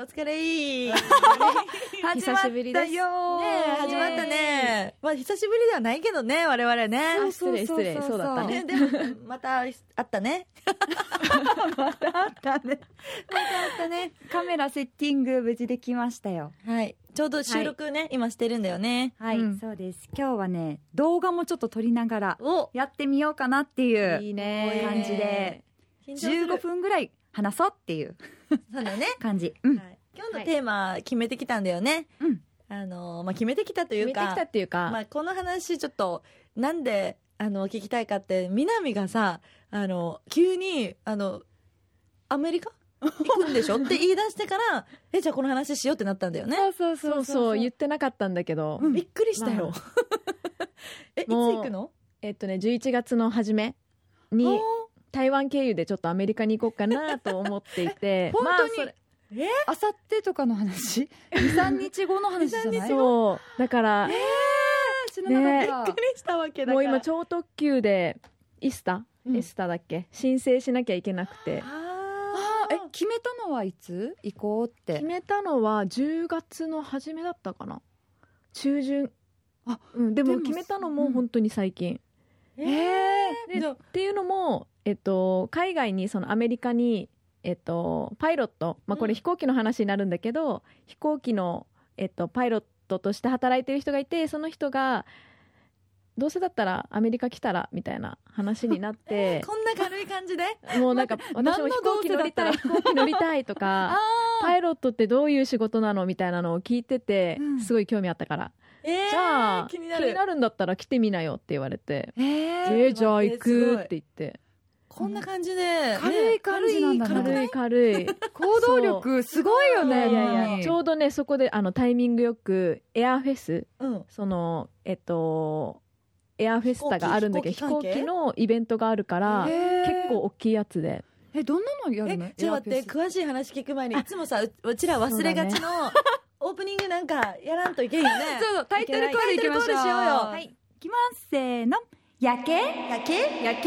お疲れ始まったよ始まったね。まあ久しぶりではないけどね、我々ね。 失礼そうだったね。 でもまたあったね。またあったね。 カメラセッティング無事できましたよ。 はい。ちょうど収録ね、今してるんだよね。 はい、そうです。今日はね、動画もちょっと撮りながらやってみようかなっていういいね感じで、15分ぐらい話そうっていうそうだね感じ。 今日のテーマ決めてきたんだよね。決めてきたというか、まあこの話ちょっとなんで聞きたいかって、南がさ急にアメリカ行くんでしょって言い出してからじゃあこの話しようってなったんだよね。 そう言ってなかったんだけど、 びっくりしたよ。いつ行くの ？11月の初めに台湾経由でちょっとアメリカに行こうかなと思っていて本当にあさってとかの話2、3日後の話じゃない？ そうだから知らなかった。 びっくりしたわけだから。 もう今超特急でエスタだっけ申請しなきゃいけなくて、 決めたのはいつ行こうって？ 決めたのは10月の初めだったかな、中旬。でも決めたのも本当に最近。っていうのも、海外にそのアメリカに、パイロット、これ飛行機の話になるんだけど、飛行機の、パイロットとして働いてる人がいて、その人がどうせだったらアメリカ来たらみたいな話になってこんな軽い感じでもうなんか私も飛行機乗りたいとかパイロットってどういう仕事なのみたいなのを聞いてて、すごい興味あったから、じゃあ気になるんだったら来てみなよって言われて、じゃあ行くって言って、 こんな感じで軽い感じなんだね。 軽い行動力すごいよね。 いやちょうどねそこでタイミングよくエアフェス、そのエアフェスタがあるんだけど飛行機のイベントがあるから結構大きいやつで。 どんなのやるの？ ちょっと待って、詳しい話聞く前にいつもさうちら忘れがちのオープニングなんかやらんといけんよね。 そうタイトルコールいきましょう。はい、いきます。せーの。やけフレンズ。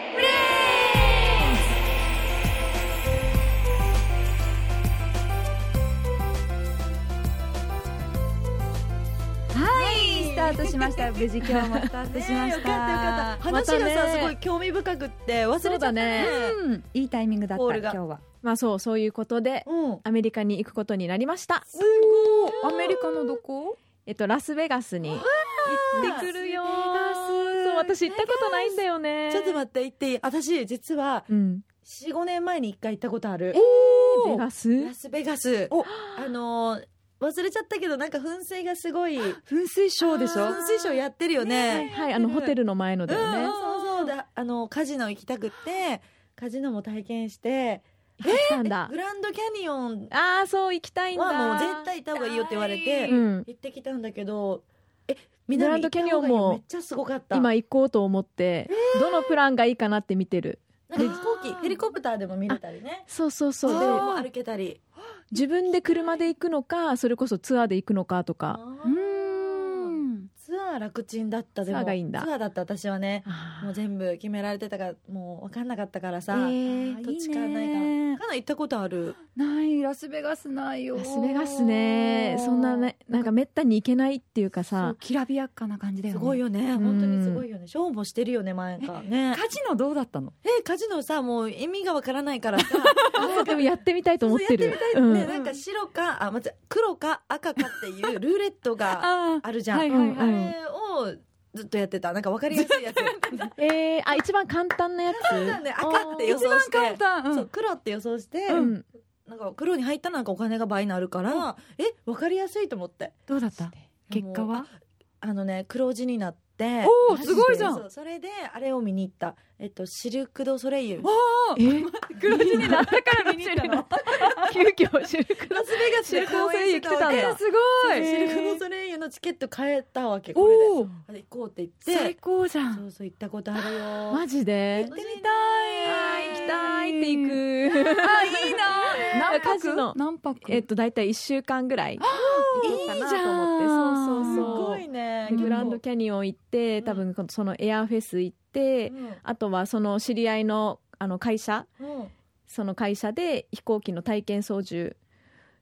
スタートしました。無事今日もスタートしました。 よかった話がさすごい興味深くって忘れちゃったね。 いいタイミングだった今日は。 そういうことでアメリカに行くことになりました。 すごい。アメリカのどこ？ ラスベガスに行ってくるよ。私行ったことないんだよね。 ちょっと待って、行っていい？私実は 4,5 年前に1回行ったことある。 ラスベガス。忘れちゃったけどなんか噴水がすごい。 噴水ショーでしょ？ 噴水ショーやってるよね。 はい、ホテルの前のだよね。 そうカジノ行きたくってカジノも体験して、グランドキャニオンそう行きたいんだ。 もう絶対行った方がいいよって言われて行ってきたんだけど、グランドキャニオンもめっちゃすごかった。 今行こうと思ってどのプランがいいかなって見てる。 ヘリコプターでも見れたりね。 そうで歩けたり、 自分で車で行くのかそれこそツアーで行くのかとか。 ツアー楽ちんだった。でもツアーがいいんだ。 ツアーだった。私はねもう全部決められてたからもう分かんなかったからさ、どっちかないかな。行ったことある？ ない。ラスベガスないよ。 ラスベガスね、そんなねなんかめったに行けないっていうかさ、 きらびやかな感じだよね。 すごいよね、本当にすごいよね。ショーもしてるよね前かね。 カジノどうだったの？ カジノさもう意味がわからないからさでもやってみたいと思ってる。 なんか白か黒か赤かっていうルーレットがあるじゃん。あれをずっとやってた。なんか分かりやすいやつ一番簡単なやつ。 赤って予想して、 そう黒って予想して、なんか黒に入ったらなんかお金が倍になるから、分かりやすいと思って。 どうだった？結果は？ 黒字になって、 すごいじゃん。 それであれを見に行った。シルク・ド・ソレイユ。 黒字になったから見に行ったの？急遽シルク・ラスベガスでド・ソレイユ来てたんだ。 すごい。 シルク・ド・ソレイユのチケット買えたわけ。これで行こうって言って。 最高じゃん。 そう行ったことあるよ。 マジで？ 行ってみたい。 行きたいって行く。 いいな。何泊？ だいたい1週間ぐらい行こうかなと思って。 すごいね。 グランドキャニオン行って多分そのエアフェス行って、あとはその知り合いの会社、その会社で飛行機の体験操縦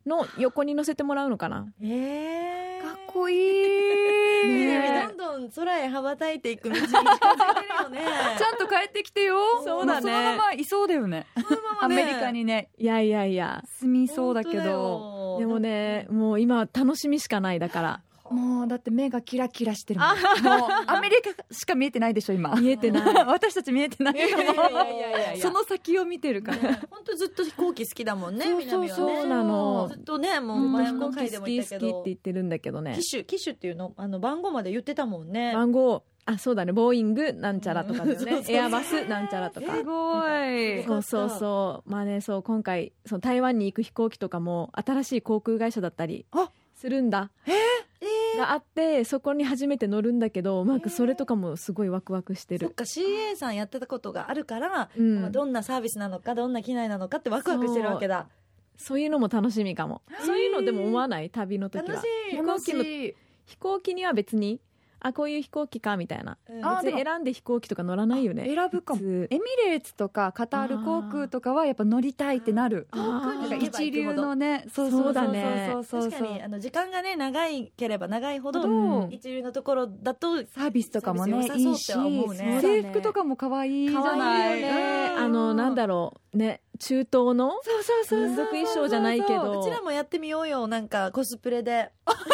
の横に乗せてもらうのかな。 かっこいいね。どんどん空へ羽ばたいていく道に近づいてるよね。 ちゃんと帰ってきてよ。 そうだね。 そのままいそうだよね。アメリカにね。 いやいやいや住みそうだけど。 でもね、もう今楽しみしかないだから。 もうだって目がキラキラしてるもん。もうアメリカしか見えてないでしょ今。 見えてない。 私たち見えてない。その先を見てるから。 本当ずっと飛行機好きだもんね。 そうなの。 ずっとね、もう前の回でも言ったけど。 好きって言ってるんだけどね。 機種っていうの番号まで言ってたもんね。 番号。そうだね、ボーイングなんちゃらとかだよね。エアバスなんちゃらとか。 すごい。 そうまあね、そう今回台湾に行く飛行機とかも新しい航空会社だったりするんだ。があって、そこに初めて乗るんだけど、それとかもすごいワクワクしてる。 そっか、 CA さんやってたことがあるから、どんなサービスなのかどんな機内なのかってワクワクしてるわけだ。 そういうのも楽しみかも。そういうのでも思わない？旅の時は。 楽しい。飛行機には別にこういう飛行機かみたいな、別に選んで飛行機とか乗らないよね。 選ぶかも。エミレーツとかカタール航空とかはやっぱ乗りたいってなる。一流のね。 そうだね。 確かに時間がね長いければ長いほど、一流のところだとサービスとかもねいいし、制服とかも可愛いじゃない。 なんだろうね、中東の民族衣装じゃないけど、 うちらもやってみようよ、なんかコスプレで。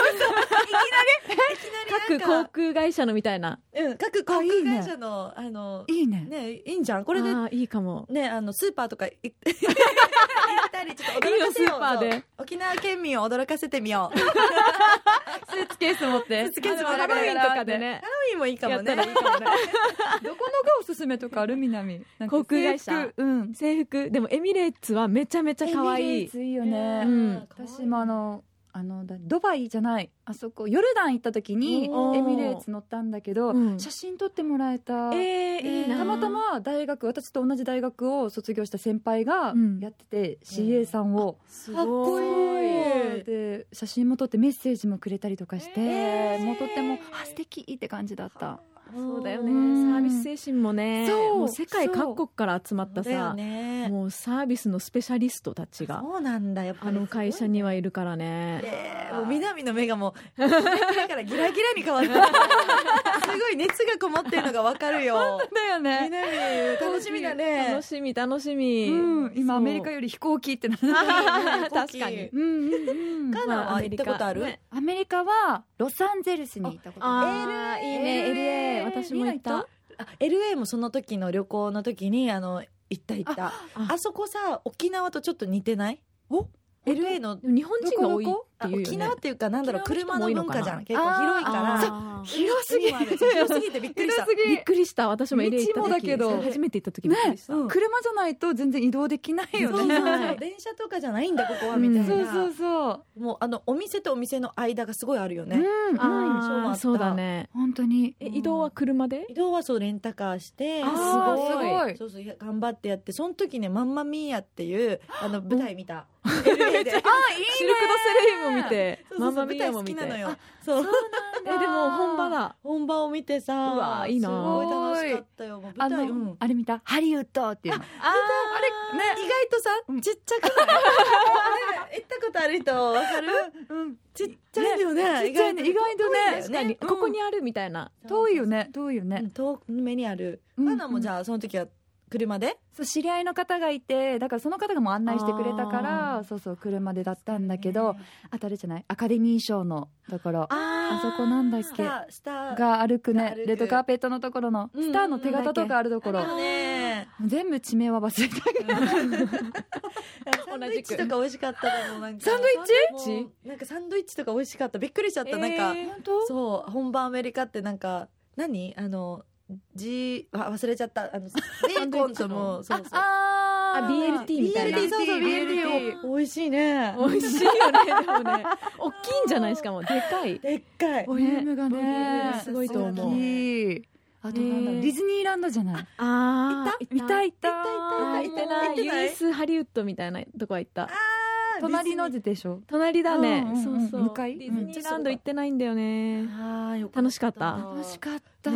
各航空会社のみたいな。 各航空会社のいいね。 いいんじゃんこれで。 いいかもね。スーパーとか行ったりちょっと驚かせよう。 スーパーで沖縄県民を驚かせてみよう。 スーツケース持って。 スーツケースハロウィンとかでね。 ハロウィンもいいかもね。 どこのがおすすめとかある？南航空会社。制服でもエミレーツはめちゃめちゃ可愛い。 エミレーツいいよね。私もドバイじゃない、あそこヨルダン行った時にエミレーツ乗ったんだけど、写真撮ってもらえた。 いいな。 たまたま私と同じ大学を卒業した先輩がやってて、CA さんをかっこいいで写真も撮ってメッセージもくれたりとかして、もうとっても素敵って感じだった。 そうだよね。サービス精神もね、もう世界各国から集まったさ、もうサービスのスペシャリストたちが、 そうなんだ、やっぱり会社にはいるからね。 もう南の目がもうだからギラギラに変わったすごい熱がこもってるのがわかるよ。 だよね。 南楽しみだね。 楽しみ。 今アメリカより飛行機ってなって確かに。 カナは行ったことある？ アメリカはロサンゼルスに行ったことある。いいね。LA 私も行った。 LA もその時の旅行の時に行った。あそこさ、沖縄とちょっと似てない？LA の日本人が多いっていうよね。 沖縄っていうかなんだろう、車の文化じゃん。結構広いから広すぎてびっくりした。 びっくりした。私も LA 行った時、初めて行った時びっくりした。 車じゃないと全然移動できないよね。 電車とかじゃないんだここはみたいな。 そうもうお店とお店の間がすごいあるよね。 そうだね。 本当に。 移動は車で？ 移動はそうレンタカーして、 すごい。 そう頑張ってやって、その時ねマンマミーヤっていう舞台見た。 シルク・ド・ソレイユも見て、マンマミーヤも見て。 そうでも本場だ。 本場を見てさ、 うわいいな。 すごい楽しかったよ。 あれ見た？ハリウッドっていうの。 あれね、意外とさちっちゃくない？行ったことある人わかる？ちっちゃいよね。 意外とね。 ここにあるみたいな。 遠いよね。 遠めにある。カナもじゃあその時は車で？ そう、知り合いの方がいて、だからその方がもう案内してくれたから、そう車でだったんだけど、あとあれじゃない？アカデミー賞のところ、あそこなんだっけが歩くね、レッドカーペットのところのスターの手形とかあるところ、全部地名は忘れたけどサンドイッチとか美味しかったの。なんかサンドイッチ？ なんかサンドイッチとか美味しかった。びっくりしちゃった。なんかそう、本場アメリカってなんか何忘れちゃった。ベーコンともそう BLT みたいな。 BLT 美味しいね。 美味しいよね。でもね、大きいんじゃない？しかもでかい。 ボリュームがねすごいと思う。 あとなんだ、ディズニーランドじゃない？ 行った。 行ってない。US ハリウッドみたいなとこは行った。 隣のでしょ？ 隣だね。そう。 向かい？ ディズニーランド行ってないんだよね。楽しかった。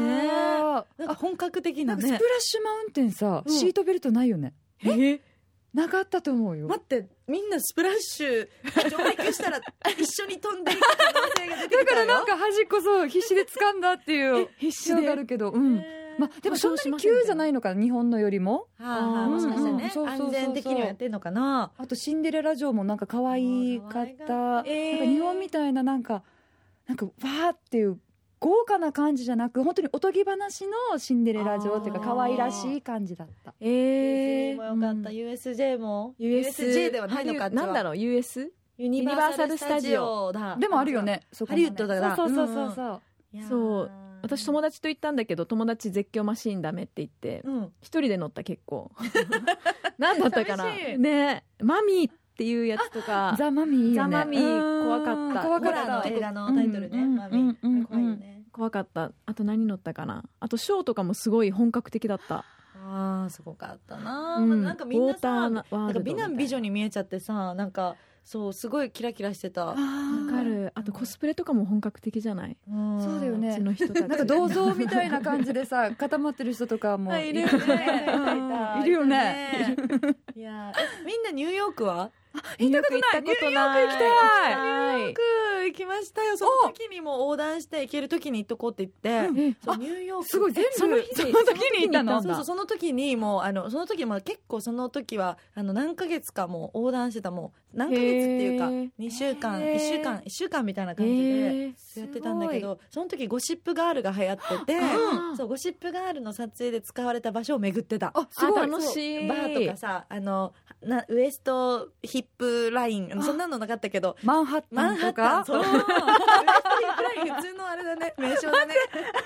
なんか本格的なね。 スプラッシュマウンテンさ、シートベルトないよね。 なかったと思うよ。 待って、みんなスプラッシュ上陸したら一緒に飛んでいく可能性が出てきたよ。 だからなんか端っこそう必死で掴んだっていう必死でがあるけど、まあでもそんなに急じゃないのかな、日本のよりも。 もしかしてね、安全的にはやってんのかな。 あとシンデレラ城もなんか可愛かった。なんか日本みたいななんかわーっていう豪華な感じじゃなく、本当におとぎ話のシンデレラ城っていうか可愛らしい感じだった。 もよかった。USJ も USJ ではないのか。 なんだろう、ユニバーサルスタジオだ。でもあるよね。 ハリウッドだから。 そう。私友達と行ったんだけど、友達絶叫マシーンダメって言って一人で乗った。結構何だったかなね、マミーっていうやつとか、 ザ・マミーザ・マミー怖かった。 ホラーの映画のタイトルね、マミー怖いよね。 怖かった。あと何乗ったかな。あとショーとかもすごい本格的だった。 すごかったな。なんかみんなさ、なんか美男美女に見えちゃってさ、なんかそうすごいキラキラしてた。わかる。あとコスプレとかも本格的じゃない。 そうだよね。 うちの人たちなんか銅像みたいな感じでさ固まってる人とかもいるよね。 いるよね。 いや、みんなニューヨークはニューヨーク行ったことない。 ニューヨーク行きたい。ニューヨーク行きましたよ。その時にも横断して行ける時に行っとこうって言って、そうニューヨークすごい全部その時に行ったの。 そうその時にもうその時も結構その時は何ヶ月かもう横断してた、もう何ヶ月っていうか2週間1週間みたいな感じでやってたんだけど、その時ゴシップガールが流行ってて、そうゴシップガールの撮影で使われた場所を巡ってた。 すごい楽しい。 バーとかさ、ウエストヒップライン、そんなのなかったけど、 マンハッタンとか、 ウエストヒップライン普通のあれだね、名称だね。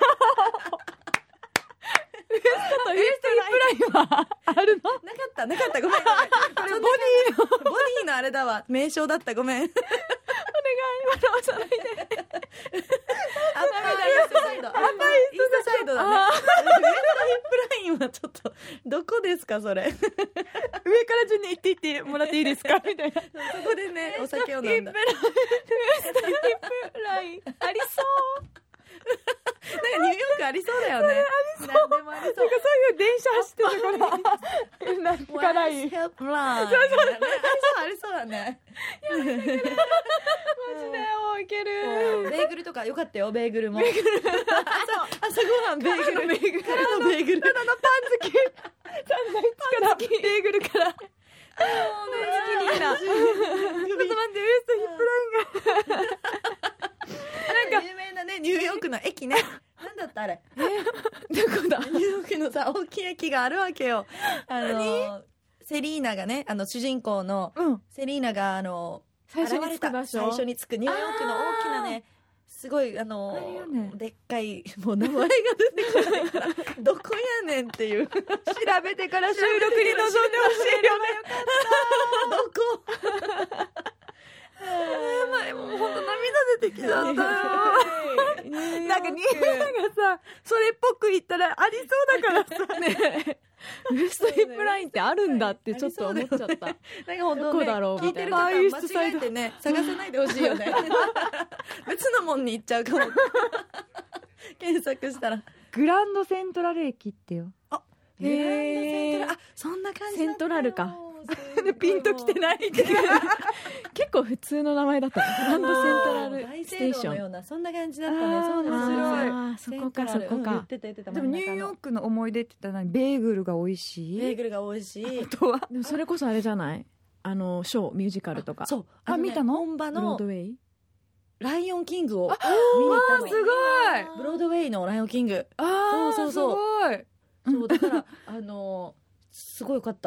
ウエストヒップラインはあるの？ なかった、ごめん。これボディのあれだわ、名称だった、ごめん。お願い、 笑わさないで。 アッパーイーストサイドだね。ウエストヒップラインはちょっとどこですかそれ。 上から順に行っていってもらっていいですかみたいな。 そこでね、お酒を飲んだ。 ウエストヒップラインありそう。 なんかニューヨークありそうだよね。 ありそう。なんでもありそう。なんかそういう電車走ってるから。なんかない。 そう。ありそうだね。 マジでもういける。 ベーグルとかよかったよ、ベーグルも。朝ごはんベーグル。からのベーグル。 ただのパン好き。パン好き。ベーグルから。 好きにな。 ちょっと待って、ウエストヒップラインが。 なんか有名なね、ニューヨークの駅ね。なんだったあれ。 どこだ？ ニューヨークのさ、大きい駅があるわけよ。セリーナがね、主人公のセリーナが最初に着く場所、 最初に着くニューヨークの大きなね、すごいでっかい、もう名前が出てこないからどこやねんっていう。調べてから収録に臨んでほしいよね。 どこ？もう本当涙出てきちゃったよ。 なんかニューヨークがさ、それっぽく言ったらありそうだからさね。 ウエストヒップラインってあるんだってちょっと思っちゃった。なんか本当ね、聞いてる方間違えてね、探さないでほしいよね。別のもんに行っちゃうかも。検索したらグランドセントラル駅ってよ。 そんな感じ。 セントラルか。 ピンときてない。 結構普通の名前だった。グランドセントラルステーションのような、そんな感じだったね。そうです。 そこか。 でもニューヨークの思い出って言ったらベーグルが美味しい。 ベーグルが美味しい。 あとはでもそれこそあれじゃない？ショー、ミュージカルとか。 そう。 見たの？ 本場のブロードウェイ。 ライオンキングを見に行ったの。すごい。 ブロードウェイのライオンキング。そう。 すごい。 そうだからすごいよかった。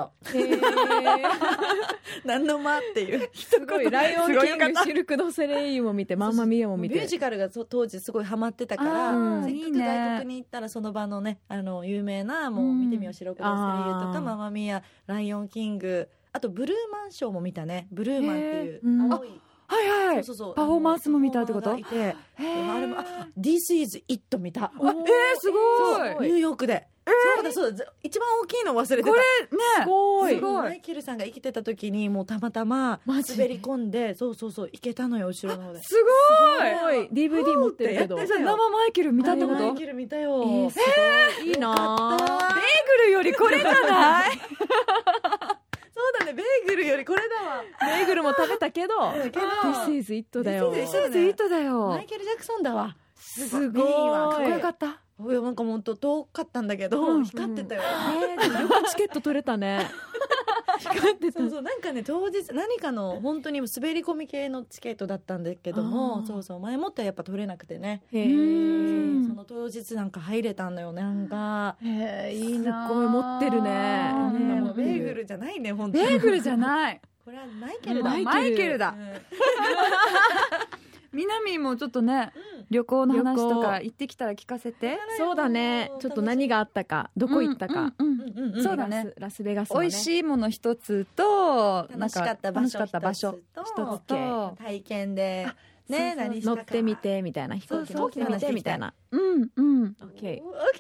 何の間っていう。 すごい。ライオンキング、シルク・ドゥ・ソレイユも見て、マンマ・ミアも見て。 ミュージカルが当時すごいハマってたから、せっかく外国に行ったらその場のね、有名な、もう見てみよう、シルク・ドゥ・ソレイユとか、マンマ・ミア、ライオンキング、あとブルーマンショーも見たね。ブルーマンっていう青い。 はい。 そうパフォーマンスも見たってこと？ あれもThis is It 見た。 すごい。 ニューヨークで。そうだ。一番大きいの忘れてた。 これね、 すごい。マイケルさんが生きてた時にもうたまたま滑り込んで、そう行けたのよ、後ろの方で。 すごい。 DVD 持ってるけど。 生マイケル見たってこと？ マイケル見たよ。 いいな。 ベーグルよりこれじゃない？ そうだだね、ベーグルよりこれだわ。 ベーグルも食べたけど This is it だよ。 This is it だよ。 マイケル・ジャクソンだわ。 すごいかっこよかった。 いや、なんかもっと遠かったんだけど、光ってたよ。 でもよくチケット取れたね。光ってた。 そうそう、なんかね、当日何かの本当に滑り込み系のチケットだったんだけども、そうそう、前もってやっぱ取れなくてね。その当日なんか入れたんだよね。なんかいいな。すごい持ってるね。 もうベーグルじゃないね、本当に。 ベーグルじゃない。 これはマイケルだ。 マイケルだ。みなみもちょっとね、旅行の話とか行ってきたら聞かせて。 そうだね。ちょっと何があったか、どこ行ったか。 そうだね。 ラスベガス。 美味しいもの一つと、 楽しかった場所一つと、体験でね、何したか。 乗ってみてみたいな、飛行機乗ってみてみたいな。 オッケー。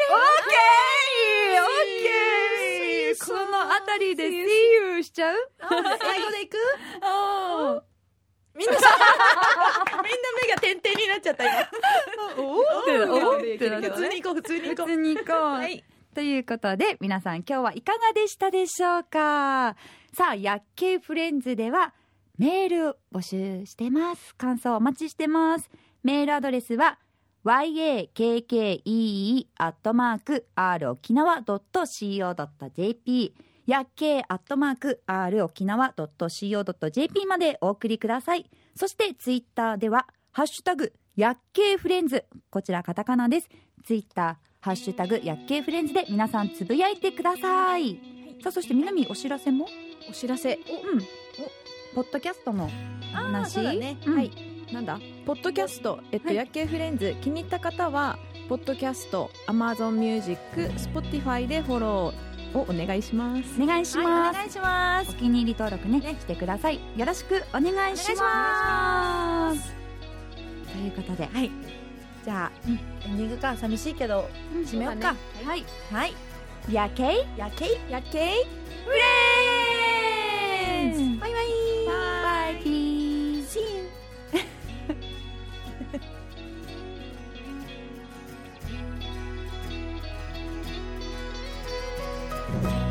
このあたりで See you しちゃう？ 英語で行く？みんな目が点々になっちゃった今。普通に行こう。 普通に行こう。はい。ということで、皆さん今日はいかがでしたでしょうか？さあ、薬系フレンズではメール募集してます。感想お待ちしてます。メールアドレスはyakkee@rokinawa.co.jp yakkee@rokinawa.co.jp までお送りください。そしてツイッターではハッシュタグ薬系フレンズ、こちらカタカナです。ツイッターハッシュタグ薬系フレンズで皆さんつぶやいてください。さあ、そして南お知らせも。 お知らせ。 ポッドキャストの話。 そうだね。 はい。なんだ、ポッドキャスト、薬系フレンズ気に入った方はポッドキャスト、Amazon Music、Spotify でフォローをお願いします。 お願いします。お気に入り登録ねしてください。よろしくお願いします。ということで、 じゃあエンディングか、寂しいけど締めようか。 はい。 薬系フレンズ。バイバイ。 ピース。See you.